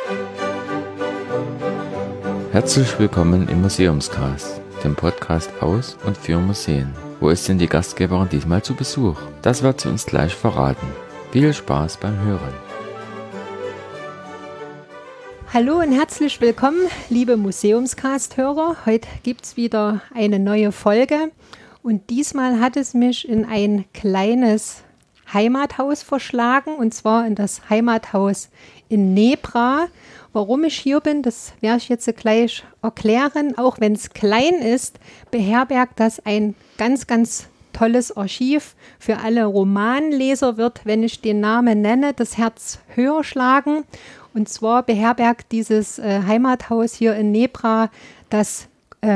Herzlich willkommen im Museumscast, dem Podcast aus und für Museen. Wo ist denn die Gastgeberin diesmal zu Besuch? Das wird sie uns gleich verraten. Viel Spaß beim Hören. Hallo und herzlich willkommen, liebe Museumscast-Hörer. Heute gibt es wieder eine neue Folge und diesmal hat es mich in ein kleines Heimathaus verschlagen, und zwar in das Heimathaus in Nebra. Warum ich hier bin, das werde ich jetzt gleich erklären. Auch wenn es klein ist, beherbergt das ein ganz, ganz tolles Archiv. Für alle Romanleser wird, wenn ich den Namen nenne, das Herz höher schlagen. Und zwar beherbergt dieses Heimathaus hier in Nebra das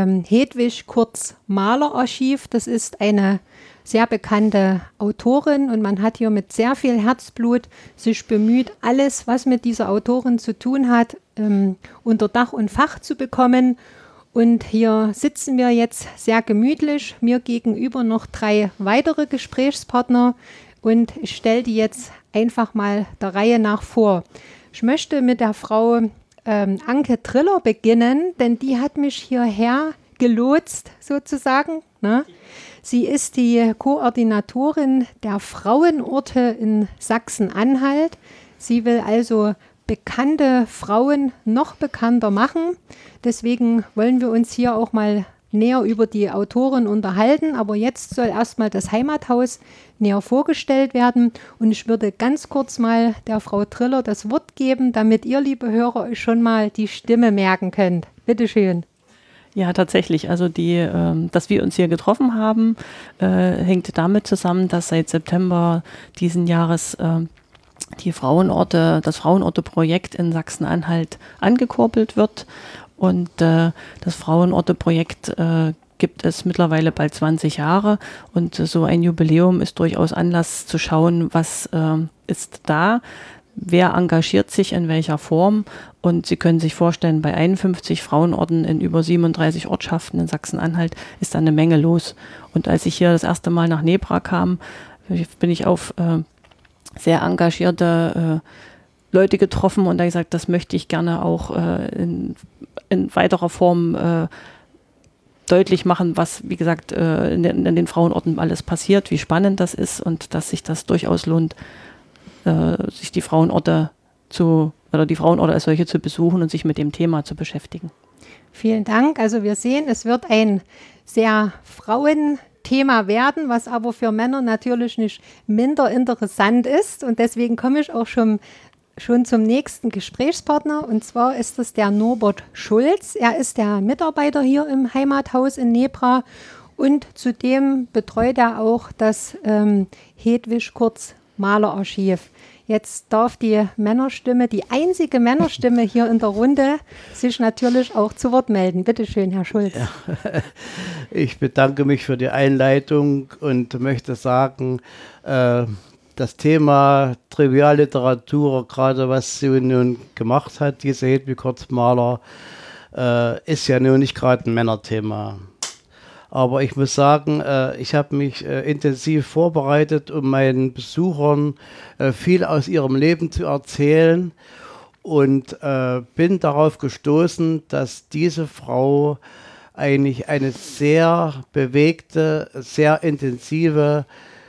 Hedwig Kurz-Mahler-Archiv. Das ist eine sehr bekannte Autorin und man hat hier mit sehr viel Herzblut sich bemüht, alles, was mit dieser Autorin zu tun hat, unter Dach und Fach zu bekommen. Und hier sitzen wir jetzt sehr gemütlich, mir gegenüber noch 3 weitere Gesprächspartner und ich stelle die jetzt einfach mal der Reihe nach vor. Ich möchte mit der Frau Anke Triller beginnen, denn die hat mich hierher gelotst sozusagen, ne? Sie ist die Koordinatorin der Frauenorte in Sachsen-Anhalt. Sie will also bekannte Frauen noch bekannter machen. Deswegen wollen wir uns hier auch mal näher über die Autorin unterhalten. Aber jetzt soll erstmal das Heimathaus näher vorgestellt werden. Und ich würde ganz kurz mal der Frau Triller das Wort geben, damit ihr, liebe Hörer, euch schon mal die Stimme merken könnt. Bitte schön. Ja, tatsächlich. Also dass wir uns hier getroffen haben, hängt damit zusammen, dass seit September diesen Jahres das Frauenorte-Projekt in Sachsen-Anhalt angekurbelt wird. Und das Frauenorte-Projekt gibt es mittlerweile bald 20 Jahre. Und so ein Jubiläum ist durchaus Anlass zu schauen, was ist da. Wer engagiert sich in welcher Form? Und Sie können sich vorstellen, bei 51 Frauenorten in über 37 Ortschaften in Sachsen-Anhalt ist da eine Menge los. Und als ich hier das erste Mal nach Nebra kam, bin ich auf sehr engagierte Leute getroffen und da gesagt, das möchte ich gerne auch in weiterer Form deutlich machen, was, wie gesagt, in den Frauenorten alles passiert, wie spannend das ist und dass sich das durchaus lohnt, sich die Frauenorte als solche zu besuchen und sich mit dem Thema zu beschäftigen. Vielen Dank. Also wir sehen, es wird ein sehr Frauenthema werden, was aber für Männer natürlich nicht minder interessant ist. Und deswegen komme ich auch schon zum nächsten Gesprächspartner. Und zwar ist das der Norbert Schulz. Er ist der Mitarbeiter hier im Heimathaus in Nebra und zudem betreut er auch das Hedwig Kurz-Mahler-Archiv. Jetzt darf die Männerstimme, die einzige Männerstimme hier in der Runde, sich natürlich auch zu Wort melden. Bitte schön, Herr Schulz. Ja, ich bedanke mich für die Einleitung und möchte sagen, das Thema Trivialliteratur, gerade was sie nun gemacht hat, diese Hedwig Kurz-Mahler, ist ja nun nicht gerade ein Männerthema. Aber ich muss sagen, ich habe mich intensiv vorbereitet, um meinen Besuchern viel aus ihrem Leben zu erzählen und bin darauf gestoßen, dass diese Frau eigentlich eine sehr bewegte, sehr intensive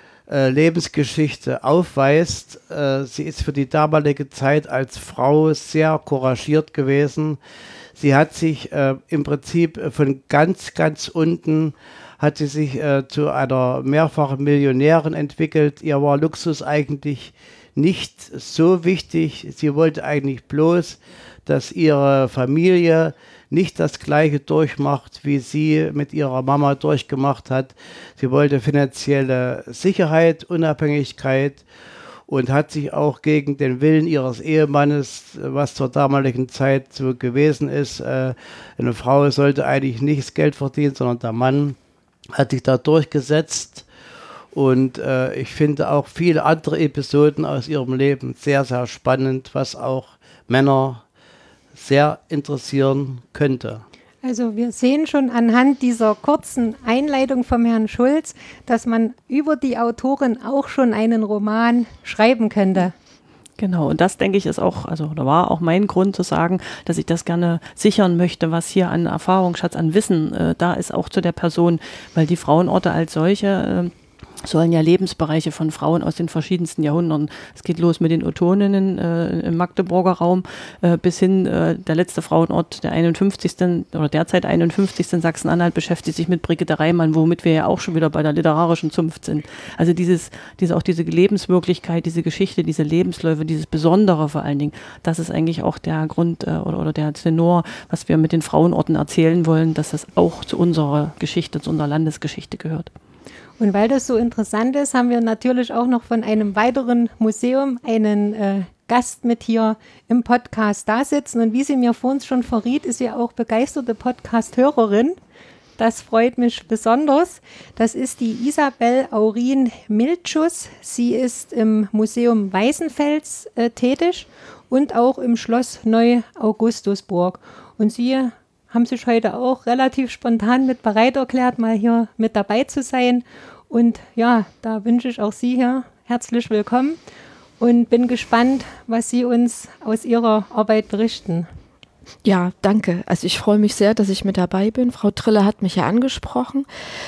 Lebensgeschichte aufweist. Sie ist für die damalige Zeit als Frau sehr couragiert gewesen. Sie hat sich im Prinzip von ganz, ganz unten hat sie sich zu einer mehrfachen Millionärin entwickelt. Ihr war Luxus eigentlich nicht so wichtig. Sie wollte eigentlich bloß, dass ihre Familie nicht das Gleiche durchmacht, wie sie mit ihrer Mama durchgemacht hat. Sie wollte finanzielle Sicherheit, Unabhängigkeit und hat sich auch gegen den Willen ihres Ehemannes, was zur damaligen Zeit so gewesen ist, eine Frau sollte eigentlich nicht das Geld verdienen, sondern der Mann, hat sich da durchgesetzt. Und ich finde auch viele andere Episoden aus ihrem Leben sehr, sehr spannend, was auch Männer sehr interessieren könnte. Also wir sehen schon anhand dieser kurzen Einleitung vom Herrn Schulz, dass man über die Autorin auch schon einen Roman schreiben könnte. Genau, und das, denke ich, ist auch, oder war auch mein Grund zu sagen, dass ich das gerne sichern möchte, was hier an Erfahrungsschatz, an Wissen da ist, auch zu der Person, weil die Frauenorte als solche sollen ja Lebensbereiche von Frauen aus den verschiedensten Jahrhunderten. Es geht los mit den Ottoninnen im Magdeburger Raum bis hin, der letzte Frauenort, der 51. oder derzeit 51. in Sachsen-Anhalt beschäftigt sich mit Brigitte Reimann, womit wir ja auch schon wieder bei der literarischen Zunft sind. Also auch diese Lebenswirklichkeit, diese Geschichte, diese Lebensläufe, dieses Besondere vor allen Dingen, das ist eigentlich auch der Grund oder der Tenor, was wir mit den Frauenorten erzählen wollen, dass das auch zu unserer Geschichte, zu unserer Landesgeschichte gehört. Und weil das so interessant ist, haben wir natürlich auch noch von einem weiteren Museum einen Gast mit hier im Podcast da sitzen. Und wie sie mir vorhin schon verriet, ist sie auch begeisterte Podcast-Hörerin. Das freut mich besonders. Das ist die Isabel Aurin Miltschus. Sie ist im Museum Weißenfels tätig und auch im Schloss Neu-Augustusburg. Und sie haben sich heute auch relativ spontan mit bereit erklärt, mal hier mit dabei zu sein. Und ja, da wünsche ich auch Sie hier herzlich willkommen und bin gespannt, was Sie uns aus Ihrer Arbeit berichten. Ja, danke. Also ich freue mich sehr, dass ich mit dabei bin. Frau Trille hat mich ja angesprochen.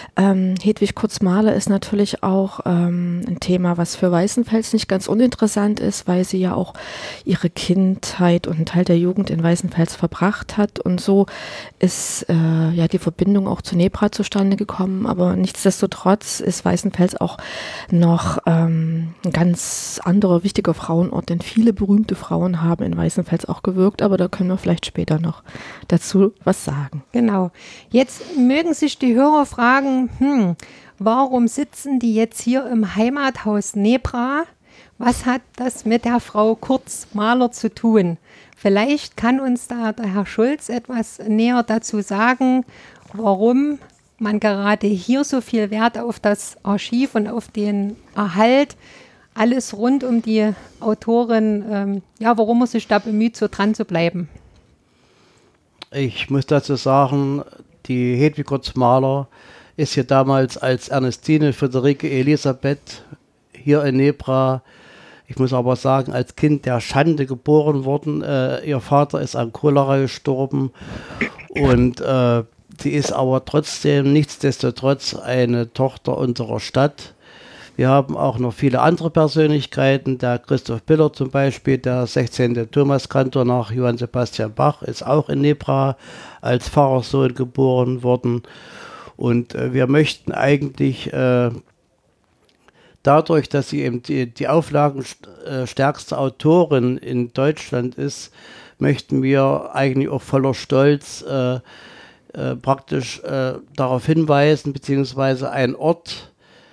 Hedwig Kurz-Mahler ist natürlich auch ein Thema, was für Weißenfels nicht ganz uninteressant ist, weil sie ja auch ihre Kindheit und einen Teil der Jugend in Weißenfels verbracht hat. Und so ist ja die Verbindung auch zu Nebra zustande gekommen. Aber nichtsdestotrotz ist Weißenfels auch noch ein ganz anderer, wichtiger Frauenort, denn viele berühmte Frauen haben in Weißenfels auch gewirkt. Aber da können wir vielleicht später noch dazu was sagen. Genau. Jetzt mögen sich die Hörer fragen, warum sitzen die jetzt hier im Heimathaus Nebra? Was hat das mit der Frau Kurz-Mahler zu tun? Vielleicht kann uns da der Herr Schulz etwas näher dazu sagen, warum man gerade hier so viel Wert auf das Archiv und auf den Erhalt, alles rund um die Autorin, warum man sich da bemüht, so dran zu bleiben. Ich muss dazu sagen, die Hedwig Kurz-Mahler ist hier damals als Ernestine Friederike Elisabeth hier in Nebra, ich muss aber sagen, als Kind der Schande geboren worden. Ihr Vater ist an Cholera gestorben und sie ist aber trotzdem nichtsdestotrotz eine Tochter unserer Stadt. Wir haben auch noch viele andere Persönlichkeiten, der Christoph Biller zum Beispiel, der 16. Thomaskantor nach Johann Sebastian Bach, ist auch in Nebra als Pfarrerssohn geboren worden. Und wir möchten eigentlich dadurch, dass sie eben die auflagenstärkste Autorin in Deutschland ist, möchten wir eigentlich auch voller Stolz praktisch darauf hinweisen, beziehungsweise einen Ort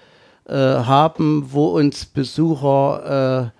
haben, wo uns Besucher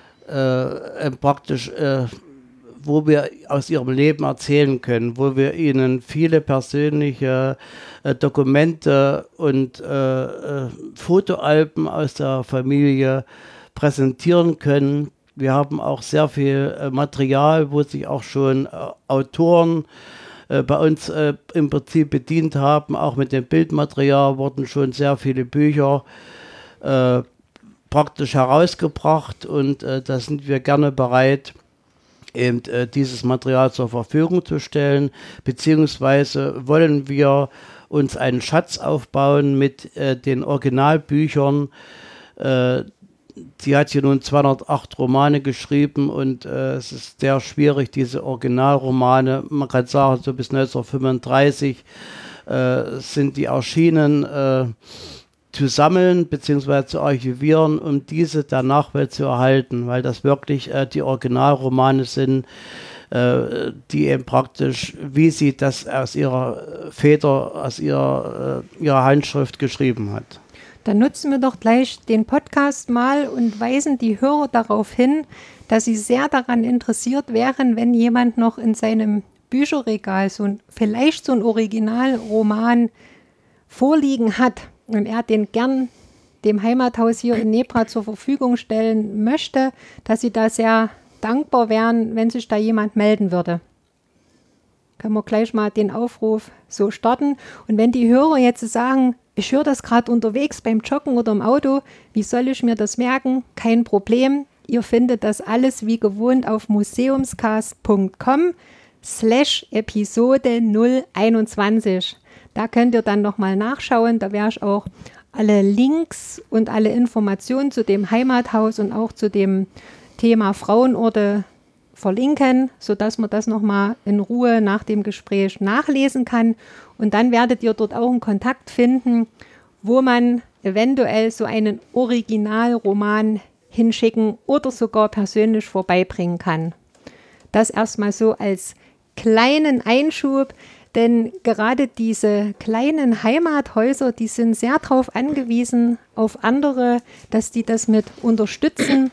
wo wir aus ihrem Leben erzählen können, wo wir ihnen viele persönliche Dokumente und Fotoalben aus der Familie präsentieren können. Wir haben auch sehr viel Material, wo sich auch schon Autoren bei uns im Prinzip bedient haben. Auch mit dem Bildmaterial wurden schon sehr viele Bücher praktisch herausgebracht und da sind wir gerne bereit, eben dieses Material zur Verfügung zu stellen, beziehungsweise wollen wir uns einen Schatz aufbauen mit den Originalbüchern. Sie hat hier nun 208 Romane geschrieben und es ist sehr schwierig, diese Originalromane, man kann sagen, so bis 1935 sind die erschienen, zu sammeln bzw. zu archivieren, um diese der Nachwelt zu erhalten, weil das wirklich die Originalromane sind, die eben praktisch, wie sie das aus ihrer Feder, aus ihrer Handschrift geschrieben hat. Dann nutzen wir doch gleich den Podcast mal und weisen die Hörer darauf hin, dass sie sehr daran interessiert wären, wenn jemand noch in seinem Bücherregal vielleicht so ein Originalroman vorliegen hat und er den gern dem Heimathaus hier in Nebra zur Verfügung stellen möchte, dass sie da sehr dankbar wären, wenn sich da jemand melden würde. Können wir gleich mal den Aufruf so starten. Und wenn die Hörer jetzt sagen, ich höre das gerade unterwegs beim Joggen oder im Auto, wie soll ich mir das merken? Kein Problem. ihr findet das alles wie gewohnt auf museumscast.com/Episode 021. Da könnt ihr dann nochmal nachschauen. Da werde ich auch alle Links und alle Informationen zu dem Heimathaus und auch zu dem Thema Frauenorte verlinken, sodass man das nochmal in Ruhe nach dem Gespräch nachlesen kann. Und dann werdet ihr dort auch einen Kontakt finden, wo man eventuell so einen Originalroman hinschicken oder sogar persönlich vorbeibringen kann. Das erstmal so als kleinen Einschub, denn gerade diese kleinen Heimathäuser, die sind sehr darauf angewiesen, auf andere, dass die das mit unterstützen.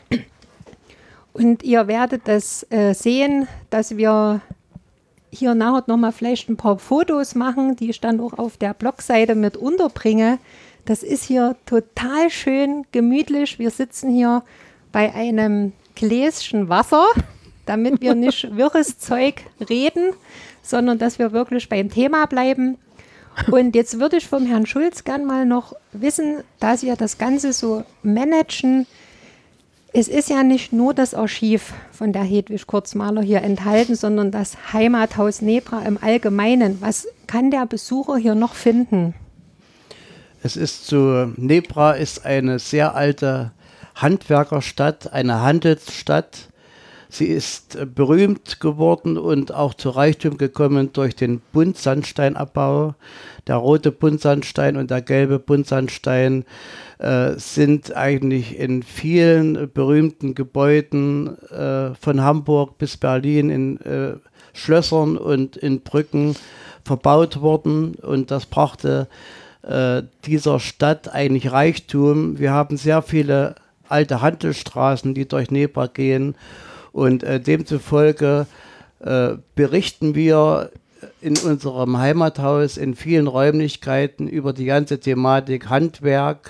Und ihr werdet das sehen, dass wir hier nachher nochmal vielleicht ein paar Fotos machen, die ich dann auch auf der Blogseite mit unterbringe. Das ist hier total schön gemütlich. Wir sitzen hier bei einem Gläschen Wasser, damit wir nicht wirres Zeug reden, sondern dass wir wirklich beim Thema bleiben. Und jetzt würde ich vom Herrn Schulz gern mal noch wissen, da Sie ja das Ganze so managen, es ist ja nicht nur das Archiv von der Hedwig Kurzmaler hier enthalten, sondern das Heimathaus Nebra im Allgemeinen. Was kann der Besucher hier noch finden? Es ist so, Nebra ist eine sehr alte Handwerkerstadt, eine Handelsstadt. Sie ist berühmt geworden und auch zu Reichtum gekommen durch den Buntsandsteinabbau. Der rote Buntsandstein und der gelbe Buntsandstein sind eigentlich in vielen berühmten Gebäuden von Hamburg bis Berlin in Schlössern und in Brücken verbaut worden. Und das brachte dieser Stadt eigentlich Reichtum. Wir haben sehr viele alte Handelsstraßen, die durch Nebra gehen. Und demzufolge berichten wir in unserem Heimathaus in vielen Räumlichkeiten über die ganze Thematik Handwerk,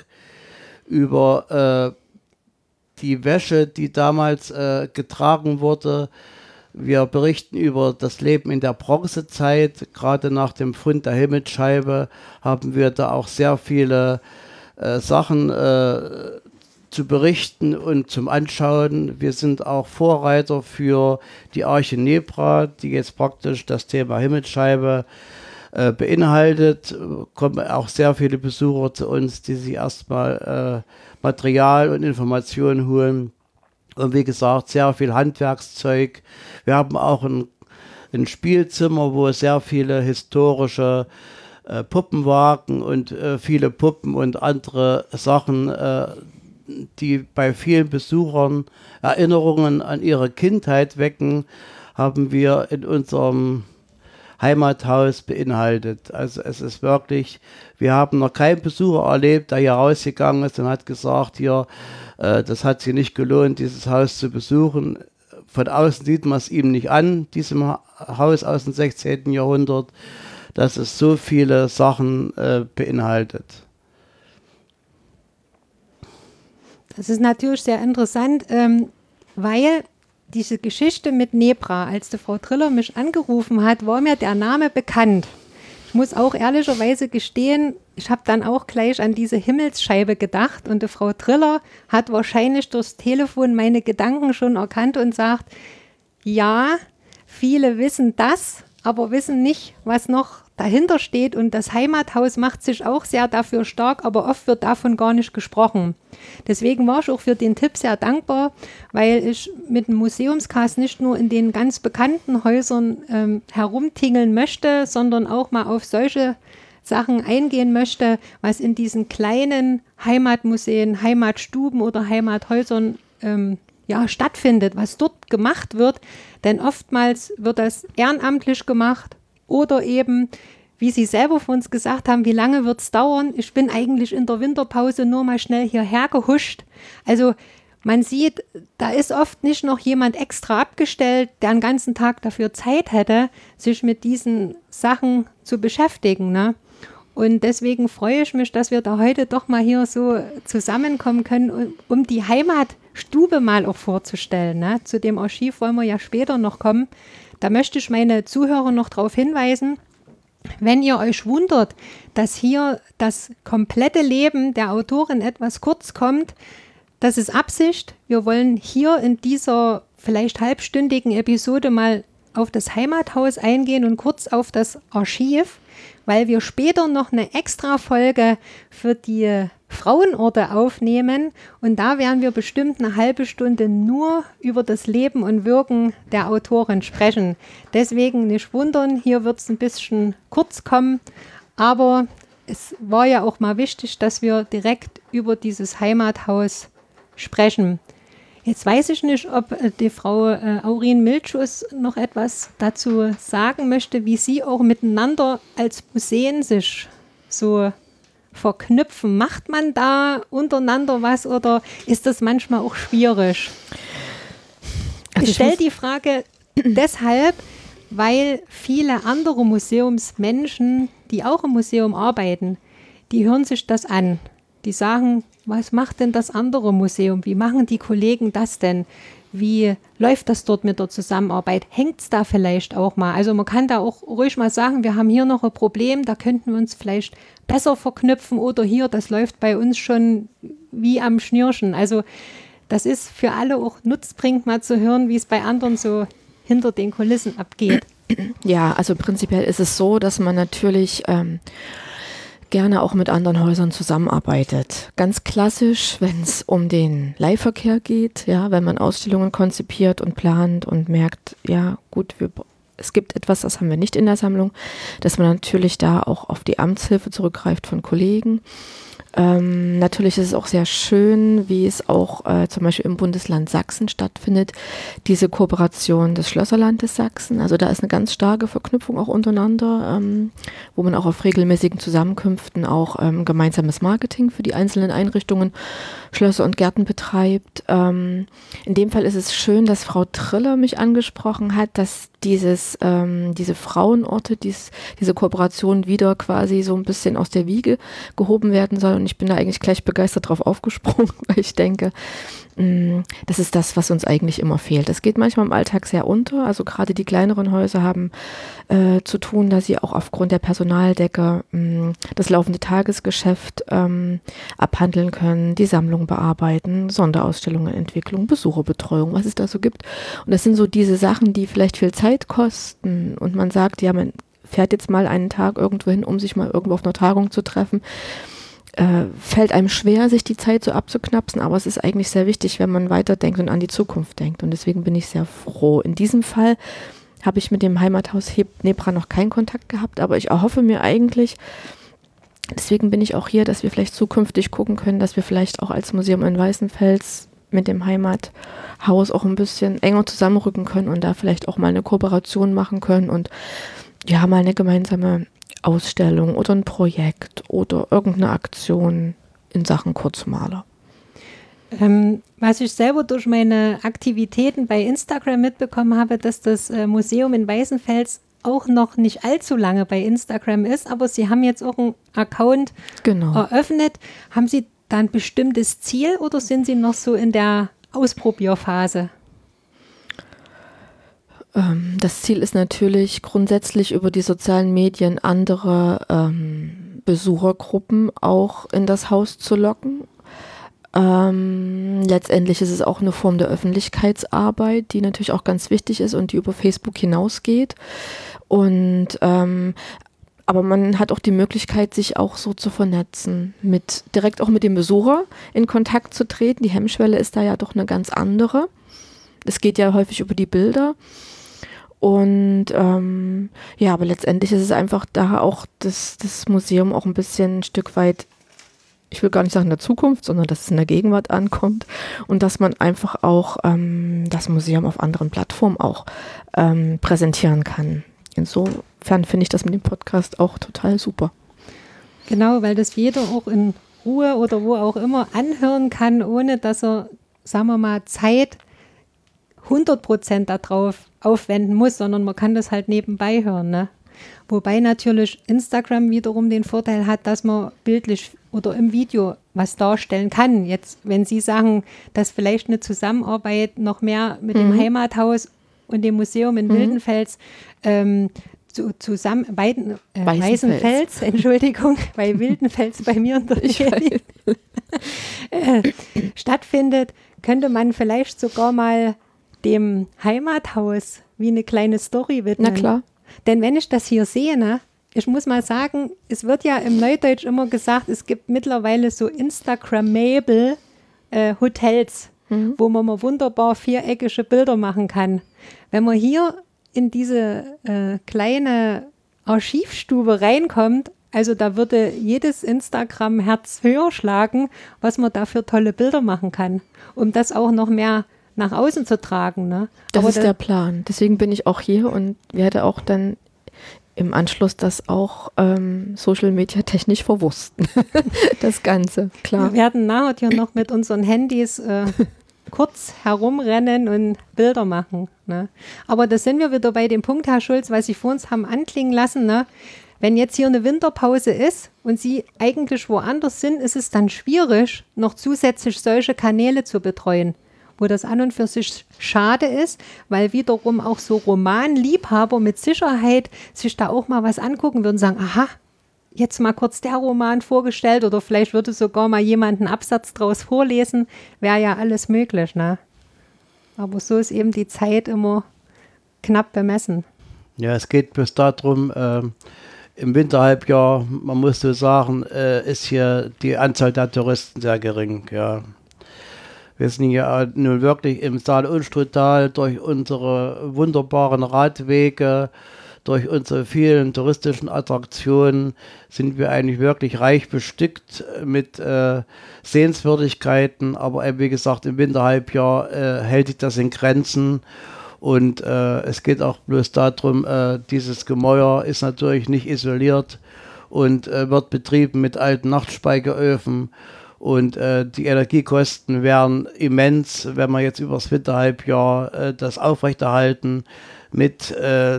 über die Wäsche, die damals getragen wurde. Wir berichten über das Leben in der Bronzezeit. Gerade nach dem Fund der Himmelsscheibe haben wir da auch sehr viele Sachen zu berichten und zum Anschauen. Wir sind auch Vorreiter für die Arche Nebra, die jetzt praktisch das Thema Himmelsscheibe beinhaltet. Kommen auch sehr viele Besucher zu uns, die sich erstmal Material und Informationen holen. Und wie gesagt, sehr viel Handwerkszeug. Wir haben auch ein Spielzimmer, wo sehr viele historische Puppenwagen und viele Puppen und andere Sachen, die bei vielen Besuchern Erinnerungen an ihre Kindheit wecken, haben wir in unserem Heimathaus beinhaltet. Also es ist wirklich, wir haben noch keinen Besucher erlebt, der hier rausgegangen ist und hat gesagt, hier, das hat sich nicht gelohnt, dieses Haus zu besuchen. Von außen sieht man es ihm nicht an, diesem Haus aus dem 16. Jahrhundert, dass es so viele Sachen beinhaltet. Das ist natürlich sehr interessant, weil diese Geschichte mit Nebra, als die Frau Triller mich angerufen hat, war mir der Name bekannt. Ich muss auch ehrlicherweise gestehen, ich habe dann auch gleich an diese Himmelsscheibe gedacht und die Frau Triller hat wahrscheinlich durchs Telefon meine Gedanken schon erkannt und sagt, ja, viele wissen das, aber wissen nicht, was noch dahinter steht, und das Heimathaus macht sich auch sehr dafür stark, aber oft wird davon gar nicht gesprochen. Deswegen war ich auch für den Tipp sehr dankbar, weil ich mit dem Museumscast nicht nur in den ganz bekannten Häusern herumtingeln möchte, sondern auch mal auf solche Sachen eingehen möchte, was in diesen kleinen Heimatmuseen, Heimatstuben oder Heimathäusern stattfindet, was dort gemacht wird. Denn oftmals wird das ehrenamtlich gemacht oder eben, wie Sie selber von uns gesagt haben, wie lange wird es dauern? Ich bin eigentlich in der Winterpause nur mal schnell hierher gehuscht. Also man sieht, da ist oft nicht noch jemand extra abgestellt, der einen ganzen Tag dafür Zeit hätte, sich mit diesen Sachen zu beschäftigen, ne? Und deswegen freue ich mich, dass wir da heute doch mal hier so zusammenkommen können, um die Heimatstube mal auch vorzustellen, ne? Zu dem Archiv wollen wir ja später noch kommen. Da möchte ich meine Zuhörer noch darauf hinweisen, wenn ihr euch wundert, dass hier das komplette Leben der Autorin etwas kurz kommt, das ist Absicht. Wir wollen hier in dieser vielleicht halbstündigen Episode mal auf das Heimathaus eingehen und kurz auf das Archiv, weil wir später noch eine extra Folge für die Frauenorte aufnehmen und da werden wir bestimmt eine halbe Stunde nur über das Leben und Wirken der Autorin sprechen. Deswegen nicht wundern, hier wird es ein bisschen kurz kommen, aber es war ja auch mal wichtig, dass wir direkt über dieses Heimathaus sprechen. Jetzt weiß ich nicht, ob die Frau Aurin Milchus noch etwas dazu sagen möchte, wie sie auch miteinander als Museen sich so verknüpfen. Macht man da untereinander was oder ist das manchmal auch schwierig? Also ich stelle die Frage deshalb, weil viele andere Museumsmenschen, die auch im Museum arbeiten, die hören sich das an. Die sagen, was macht denn das andere Museum? Wie machen die Kollegen das denn? Wie läuft das dort mit der Zusammenarbeit? Hängt es da vielleicht auch mal? Also man kann da auch ruhig mal sagen, wir haben hier noch ein Problem, da könnten wir uns vielleicht besser verknüpfen oder hier, das läuft bei uns schon wie am Schnürchen. Also das ist für alle auch nutzbringend mal zu hören, wie es bei anderen so hinter den Kulissen abgeht. Ja, also prinzipiell ist es so, dass man natürlich gerne auch mit anderen Häusern zusammenarbeitet. Ganz klassisch, wenn es um den Leihverkehr geht, ja, wenn man Ausstellungen konzipiert und plant und merkt, ja gut, es gibt etwas, das haben wir nicht in der Sammlung, dass man natürlich da auch auf die Amtshilfe zurückgreift von Kollegen. Natürlich ist es auch sehr schön, wie es auch zum Beispiel im Bundesland Sachsen stattfindet, diese Kooperation des Schlösserlandes Sachsen. Also da ist eine ganz starke Verknüpfung auch untereinander, wo man auch auf regelmäßigen Zusammenkünften auch gemeinsames Marketing für die einzelnen Einrichtungen, Schlösser und Gärten betreibt. In dem Fall ist es schön, dass Frau Triller mich angesprochen hat, dass diese Frauenorte, diese Kooperation wieder quasi so ein bisschen aus der Wiege gehoben werden soll. Und ich bin da eigentlich gleich begeistert drauf aufgesprungen, weil ich denke, das ist das, was uns eigentlich immer fehlt. Das geht manchmal im Alltag sehr unter. Also gerade die kleineren Häuser haben zu tun, dass sie auch aufgrund der Personaldecke das laufende Tagesgeschäft abhandeln können, die Sammlung bearbeiten, Sonderausstellungen, Entwicklung, Besucherbetreuung, was es da so gibt. Und das sind so diese Sachen, die vielleicht viel Zeit kosten. Und man sagt, ja, man fährt jetzt mal einen Tag irgendwo hin, um sich mal irgendwo auf einer Tagung zu treffen. Fällt einem schwer, sich die Zeit so abzuknapsen, aber es ist eigentlich sehr wichtig, wenn man weiterdenkt und an die Zukunft denkt. Und deswegen bin ich sehr froh. In diesem Fall habe ich mit dem Heimathaus Nebra noch keinen Kontakt gehabt, aber ich erhoffe mir eigentlich, deswegen bin ich auch hier, dass wir vielleicht zukünftig gucken können, dass wir vielleicht auch als Museum in Weißenfels mit dem Heimathaus auch ein bisschen enger zusammenrücken können und da vielleicht auch mal eine Kooperation machen können und ja, mal eine gemeinsame Ausstellung oder ein Projekt oder irgendeine Aktion in Sachen Kurzmaler. Was ich selber durch meine Aktivitäten bei Instagram mitbekommen habe, dass das Museum in Weißenfels auch noch nicht allzu lange bei Instagram ist, aber Sie haben jetzt auch einen Account eröffnet. Haben Sie da ein bestimmtes Ziel oder sind Sie noch so in der Ausprobierphase? Das Ziel ist natürlich grundsätzlich über die sozialen Medien andere Besuchergruppen auch in das Haus zu locken. Letztendlich ist es auch eine Form der Öffentlichkeitsarbeit, die natürlich auch ganz wichtig ist und die über Facebook hinausgeht. Und aber man hat auch die Möglichkeit, sich auch so zu vernetzen, direkt auch mit dem Besucher in Kontakt zu treten. Die Hemmschwelle ist da ja doch eine ganz andere. Es geht ja häufig über die Bilder. Und ja, aber letztendlich ist es einfach da auch das Museum auch ein bisschen ein Stück weit, ich will gar nicht sagen in der Zukunft, sondern dass es in der Gegenwart ankommt und dass man einfach auch das Museum auf anderen Plattformen auch präsentieren kann. Insofern finde ich das mit dem Podcast auch total super. Genau, weil das jeder auch in Ruhe oder wo auch immer anhören kann, ohne dass er, sagen wir mal, Zeit 100% darauf aufwenden muss, sondern man kann das halt nebenbei hören, ne? Wobei natürlich Instagram wiederum den Vorteil hat, dass man bildlich oder im Video was darstellen kann. Jetzt, wenn Sie sagen, dass vielleicht eine Zusammenarbeit noch mehr mit dem Heimathaus und dem Museum in Wildenfels Weißenfels, Entschuldigung, bei Wildenfels bei mir in der Nähe. stattfindet, könnte man vielleicht sogar mal dem Heimathaus wie eine kleine Story widmen. Na klar. Denn wenn ich das hier sehe, ne, ich muss mal sagen, es wird ja im Neudeutsch immer gesagt, es gibt mittlerweile so Instagrammable Hotels, wo man mal wunderbar viereckige Bilder machen kann. Wenn man hier in diese kleine Archivstube reinkommt, also da würde jedes Instagram-Herz höher schlagen, was man da für tolle Bilder machen kann, um das auch noch mehr nach außen zu tragen. Ne? Das Aber ist der Plan. Deswegen bin ich auch hier und werde auch dann im Anschluss das auch Social Media technisch verwursten. Das Ganze, klar. Wir werden nachher hier noch mit unseren Handys kurz herumrennen und Bilder machen. Ne? Aber da sind wir wieder bei dem Punkt, Herr Schulz, was Sie vor uns haben anklingen lassen. Ne? Wenn jetzt hier eine Winterpause ist und Sie eigentlich woanders sind, ist es dann schwierig, noch zusätzlich solche Kanäle zu betreuen, wo das an und für sich schade ist, weil wiederum auch so Romanliebhaber mit Sicherheit sich da auch mal was angucken würden und sagen, aha, jetzt mal kurz der Roman vorgestellt oder vielleicht würde sogar mal jemand einen Absatz draus vorlesen, wäre ja alles möglich, ne? Aber so ist eben die Zeit immer knapp bemessen. Ja, es geht bloß darum, im Winterhalbjahr, man muss so sagen, ist hier die Anzahl der Touristen sehr gering, ja. Wir sind ja nun wirklich im Saale-Unstrut-Tal durch unsere wunderbaren Radwege, durch unsere vielen touristischen Attraktionen sind wir eigentlich wirklich reich bestückt mit Sehenswürdigkeiten, aber wie gesagt, im Winterhalbjahr hält sich das in Grenzen und es geht auch bloß darum, dieses Gemäuer ist natürlich nicht isoliert und wird betrieben mit alten Nachtspeicheröfen. Und die Energiekosten wären immens, wenn wir jetzt über das Winterhalbjahr das aufrechterhalten mit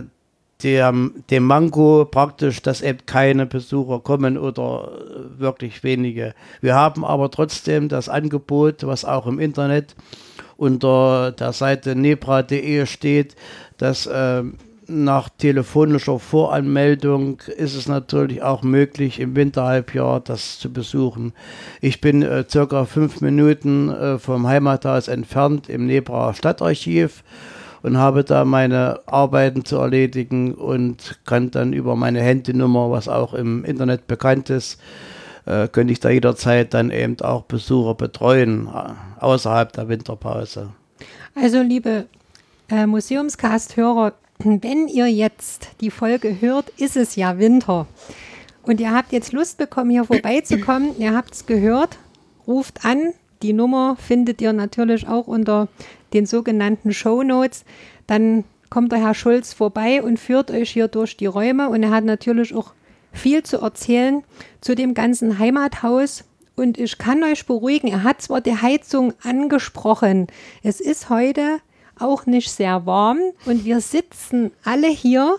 dem Manko praktisch, dass eben keine Besucher kommen oder wirklich wenige. Wir haben aber trotzdem das Angebot, was auch im Internet unter der Seite nebra.de steht, dass nach telefonischer Voranmeldung ist es natürlich auch möglich, im Winterhalbjahr das zu besuchen. Ich bin circa 5 Minuten vom Heimathaus entfernt im Nebra Stadtarchiv und habe da meine Arbeiten zu erledigen und kann dann über meine Handynummer, was auch im Internet bekannt ist, könnte ich da jederzeit dann eben auch Besucher betreuen, außerhalb der Winterpause. Also liebe Museumscast-Hörer, wenn ihr jetzt die Folge hört, ist es ja Winter. Und ihr habt jetzt Lust bekommen, hier vorbeizukommen. Ihr habt es gehört, ruft an. Die Nummer findet ihr natürlich auch unter den sogenannten Shownotes. Dann kommt der Herr Schulz vorbei und führt euch hier durch die Räume. Und er hat natürlich auch viel zu erzählen zu dem ganzen Heimathaus. Und ich kann euch beruhigen, er hat zwar die Heizung angesprochen. Es ist heute auch nicht sehr warm und wir sitzen alle hier,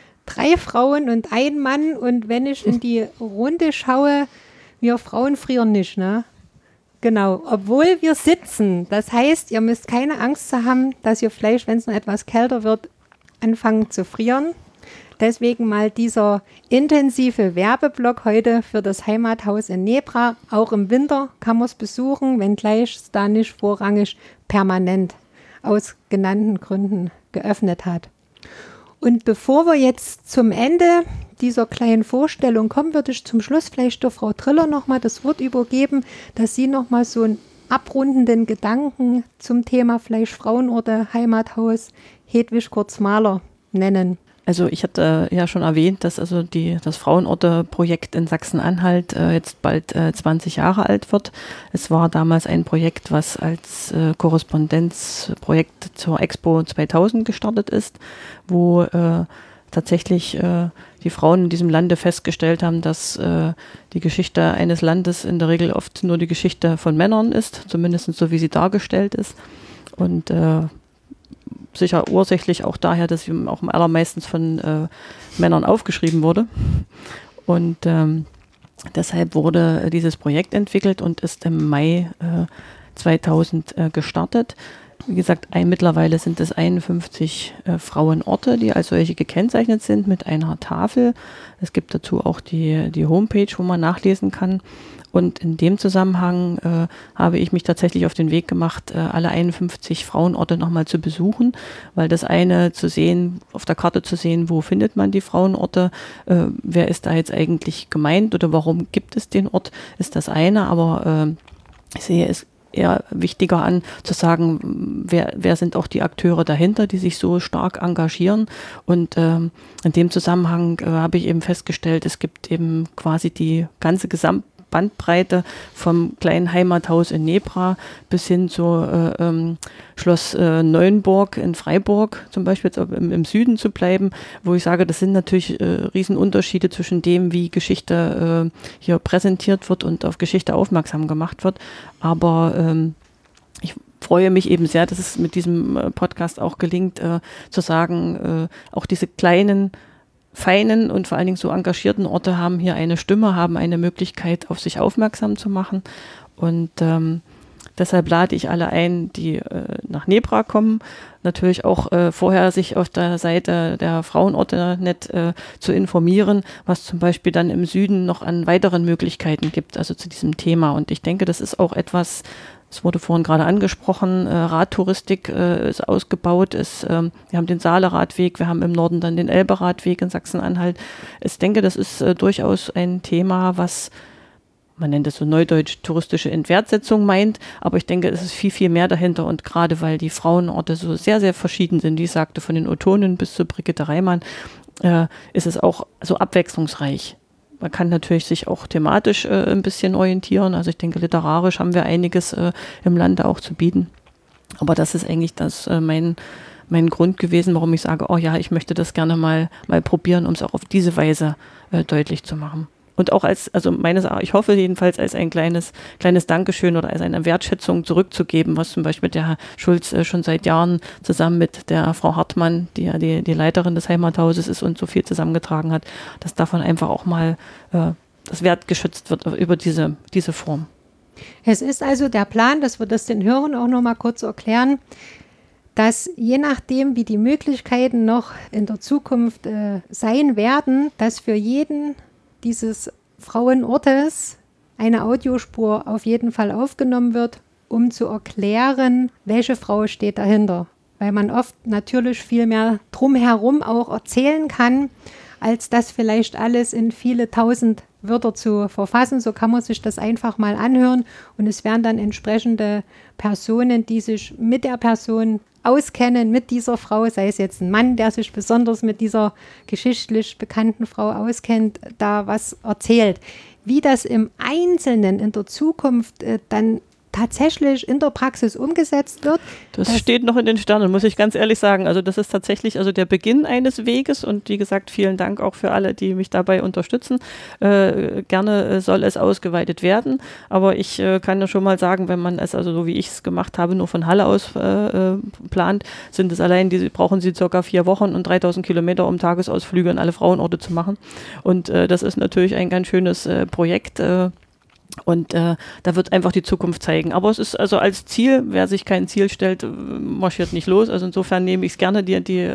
3 Frauen und 1 Mann und wenn ich in die Runde schaue, wir Frauen frieren nicht, ne? Genau, obwohl wir sitzen. Das heißt, ihr müsst keine Angst haben, dass ihr vielleicht, wenn es noch etwas kälter wird, anfangen zu frieren. Deswegen mal dieser intensive Werbeblock heute für das Heimathaus in Nebra. Auch im Winter kann man es besuchen, wenngleich es da nicht vorrangig permanent aus genannten Gründen geöffnet hat. Und bevor wir jetzt zum Ende dieser kleinen Vorstellung kommen, würde ich zum Schluss vielleicht der Frau Triller nochmal das Wort übergeben, dass sie nochmal so einen abrundenden Gedanken zum Thema vielleicht Frauenorte, Heimathaus, Hedwig Kurz-Mahler nennen. Also ich hatte ja schon erwähnt, dass also das Frauenorte-Projekt in Sachsen-Anhalt jetzt bald 20 Jahre alt wird. Es war damals ein Projekt, was als Korrespondenzprojekt zur Expo 2000 gestartet ist, wo tatsächlich die Frauen in diesem Lande festgestellt haben, dass die Geschichte eines Landes in der Regel oft nur die Geschichte von Männern ist, zumindest so wie sie dargestellt ist. Und sicher ursächlich auch daher, dass sie auch am allermeisten von Männern aufgeschrieben wurde. Und deshalb wurde dieses Projekt entwickelt und ist im Mai 2000 gestartet. Wie gesagt, mittlerweile sind es 51 Frauenorte, die als solche gekennzeichnet sind mit einer Tafel. Es gibt dazu auch die Homepage, wo man nachlesen kann. Und in dem Zusammenhang habe ich mich tatsächlich auf den Weg gemacht, alle 51 Frauenorte nochmal zu besuchen, weil das eine zu sehen, auf der Karte zu sehen, wo findet man die Frauenorte, wer ist da jetzt eigentlich gemeint oder warum gibt es den Ort, ist das eine, aber ich sehe es eher wichtiger an, zu sagen, wer sind auch die Akteure dahinter, die sich so stark engagieren. Und in dem Zusammenhang habe ich eben festgestellt, es gibt eben quasi die ganze Gesamtbandbreite vom kleinen Heimathaus in Nebra bis hin zu Schloss Neuenburg in Freiburg, zum Beispiel jetzt im Süden zu bleiben, wo ich sage, das sind natürlich Riesenunterschiede zwischen dem, wie Geschichte hier präsentiert wird und auf Geschichte aufmerksam gemacht wird. Aber ich freue mich eben sehr, dass es mit diesem Podcast auch gelingt, zu sagen, auch diese kleinen, feinen und vor allen Dingen so engagierten Orte haben hier eine Stimme, haben eine Möglichkeit, auf sich aufmerksam zu machen. Und deshalb lade ich alle ein, die nach Nebra kommen, natürlich auch vorher sich auf der Seite der Frauenorte zu informieren, was zum Beispiel dann im Süden noch an weiteren Möglichkeiten gibt, also zu diesem Thema. Und ich denke, das ist auch etwas, es wurde vorhin gerade angesprochen, Radtouristik ist ausgebaut, wir haben den Saale-Radweg, wir haben im Norden dann den Elbe-Radweg in Sachsen-Anhalt. Ich denke, das ist durchaus ein Thema, was man nennt es so neudeutsch touristische Entwertsetzung meint, aber ich denke, es ist viel, viel mehr dahinter und gerade weil die Frauenorte so sehr, sehr verschieden sind, wie ich sagte, von den Otonen bis zu Brigitte Reimann, ist es auch so abwechslungsreich. Man kann natürlich sich auch thematisch ein bisschen orientieren, also ich denke, literarisch haben wir einiges im Lande auch zu bieten, aber das ist eigentlich mein Grund gewesen, warum ich sage, oh ja, ich möchte das gerne mal probieren, um es auch auf diese Weise deutlich zu machen. Und auch ich hoffe jedenfalls als ein kleines Dankeschön oder als eine Wertschätzung zurückzugeben, was zum Beispiel der Herr Schulz schon seit Jahren zusammen mit der Frau Hartmann, die ja die Leiterin des Heimathauses ist und so viel zusammengetragen hat, dass davon einfach auch mal das Wert geschützt wird über diese Form. Es ist also der Plan, dass wir das den Hörern auch noch mal kurz erklären, dass je nachdem, wie die Möglichkeiten noch in der Zukunft sein werden, dass für jeden dieses Frauenortes eine Audiospur auf jeden Fall aufgenommen wird, um zu erklären, welche Frau steht dahinter. Weil man oft natürlich viel mehr drumherum auch erzählen kann, als das vielleicht alles in viele tausend Wörter zu verfassen. So kann man sich das einfach mal anhören und es werden dann entsprechende Personen, die sich mit der Person auskennen, mit dieser Frau, sei es jetzt ein Mann, der sich besonders mit dieser geschichtlich bekannten Frau auskennt, da was erzählt. Wie das im Einzelnen in der Zukunft dann tatsächlich in der Praxis umgesetzt wird. Das steht noch in den Sternen, muss ich ganz ehrlich sagen. Also das ist tatsächlich der Beginn eines Weges und wie gesagt, vielen Dank auch für alle, die mich dabei unterstützen. Gerne soll es ausgeweitet werden, aber ich kann ja schon mal sagen, wenn man es, also so wie ich es gemacht habe, nur von Halle aus plant, sind es allein, brauchen sie ca. 4 Wochen und 3000 Kilometer, um Tagesausflüge in alle Frauenorte zu machen. Und das ist natürlich ein ganz schönes Projekt, und da wird einfach die Zukunft zeigen. Aber es ist also als Ziel, wer sich kein Ziel stellt, marschiert nicht los. Also insofern nehme ich es gerne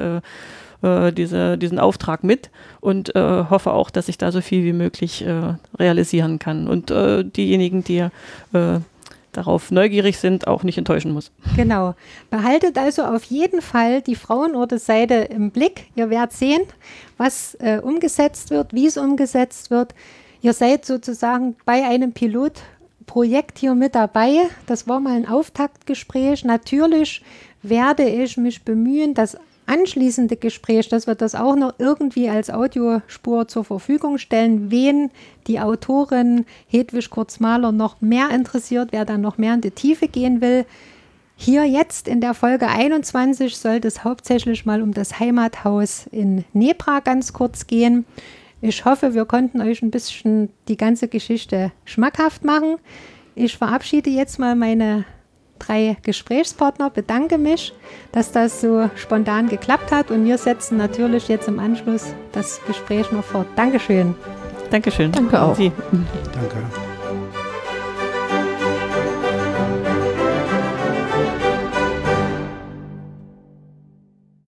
diesen Auftrag mit und hoffe auch, dass ich da so viel wie möglich realisieren kann. Und diejenigen, die darauf neugierig sind, auch nicht enttäuschen muss. Genau. Behaltet also auf jeden Fall die Frauenorte-Seite im Blick. Ihr werdet sehen, was umgesetzt wird, wie es umgesetzt wird. Ihr seid sozusagen bei einem Pilotprojekt hier mit dabei. Das war mal ein Auftaktgespräch. Natürlich werde ich mich bemühen, das anschließende Gespräch, dass wir das auch noch irgendwie als Audiospur zur Verfügung stellen, wen die Autorin Hedwig Kurz-Mahler noch mehr interessiert, wer dann noch mehr in die Tiefe gehen will. Hier jetzt in der Folge 21 sollte es hauptsächlich mal um das Heimathaus in Nebra ganz kurz gehen. Ich hoffe, wir konnten euch ein bisschen die ganze Geschichte schmackhaft machen. Ich verabschiede jetzt mal meine 3 Gesprächspartner, bedanke mich, dass das so spontan geklappt hat und wir setzen natürlich jetzt im Anschluss das Gespräch noch fort. Dankeschön. Dankeschön. Danke auch. Danke.